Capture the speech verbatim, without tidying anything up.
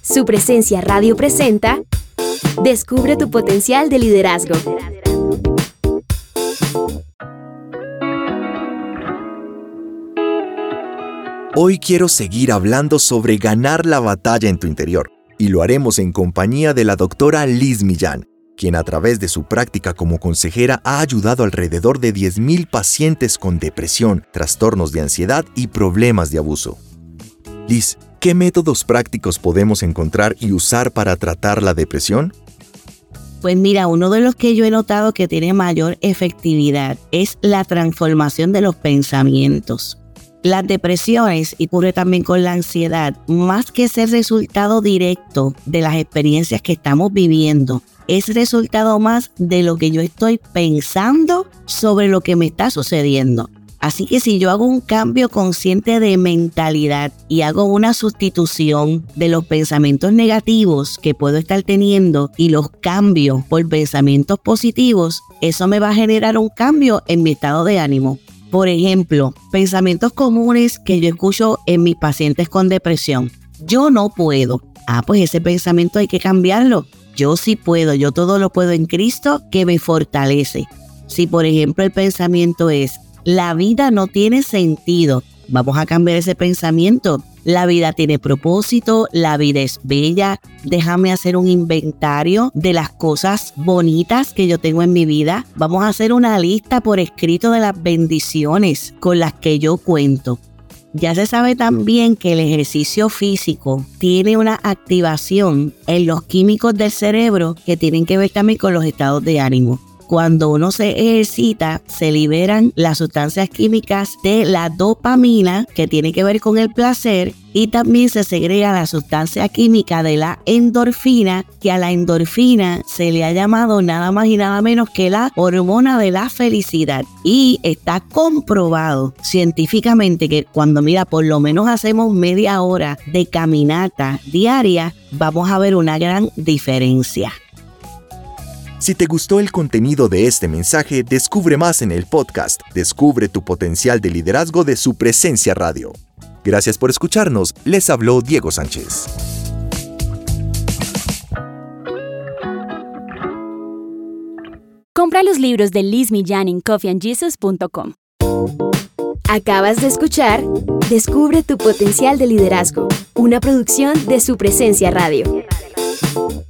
Su Presencia Radio presenta Descubre tu potencial de liderazgo. Hoy quiero seguir hablando sobre ganar la batalla en tu interior, y lo haremos en compañía de la doctora Liz Millán, quien a través de su práctica como consejera ha ayudado alrededor de diez mil pacientes con depresión, trastornos de ansiedad y problemas de abuso. Liz, ¿qué métodos prácticos podemos encontrar y usar para tratar la depresión? Pues mira, uno de los que yo he notado que tiene mayor efectividad es la transformación de los pensamientos. Las depresiones, y ocurre también con la ansiedad, más que ser resultado directo de las experiencias que estamos viviendo, es resultado más de lo que yo estoy pensando sobre lo que me está sucediendo. Así que si yo hago un cambio consciente de mentalidad y hago una sustitución de los pensamientos negativos que puedo estar teniendo y los cambio por pensamientos positivos, eso me va a generar un cambio en mi estado de ánimo. Por ejemplo, pensamientos comunes que yo escucho en mis pacientes con depresión. Yo no puedo. Ah, pues ese pensamiento hay que cambiarlo. Yo sí puedo, yo todo lo puedo en Cristo que me fortalece. Si por ejemplo el pensamiento es, la vida no tiene sentido, vamos a cambiar ese pensamiento. La vida tiene propósito, la vida es bella. Déjame hacer un inventario de las cosas bonitas que yo tengo en mi vida. Vamos a hacer una lista por escrito de las bendiciones con las que yo cuento. Ya se sabe también que el ejercicio físico tiene una activación en los químicos del cerebro que tienen que ver también con los estados de ánimo. Cuando uno se ejercita, se liberan las sustancias químicas de la dopamina, que tiene que ver con el placer, y también se segrega la sustancia química de la endorfina, que a la endorfina se le ha llamado nada más y nada menos que la hormona de la felicidad. Y está comprobado científicamente que cuando, mira, por lo menos hacemos media hora de caminata diaria, vamos a ver una gran diferencia. Si te gustó el contenido de este mensaje, descubre más en el podcast Descubre tu potencial de liderazgo de Su Presencia Radio. Gracias por escucharnos. Les habló Diego Sánchez. Compra los libros de Liz Millán en coffee and jesus punto com. Acabas de escuchar Descubre tu potencial de liderazgo, una producción de Su Presencia Radio.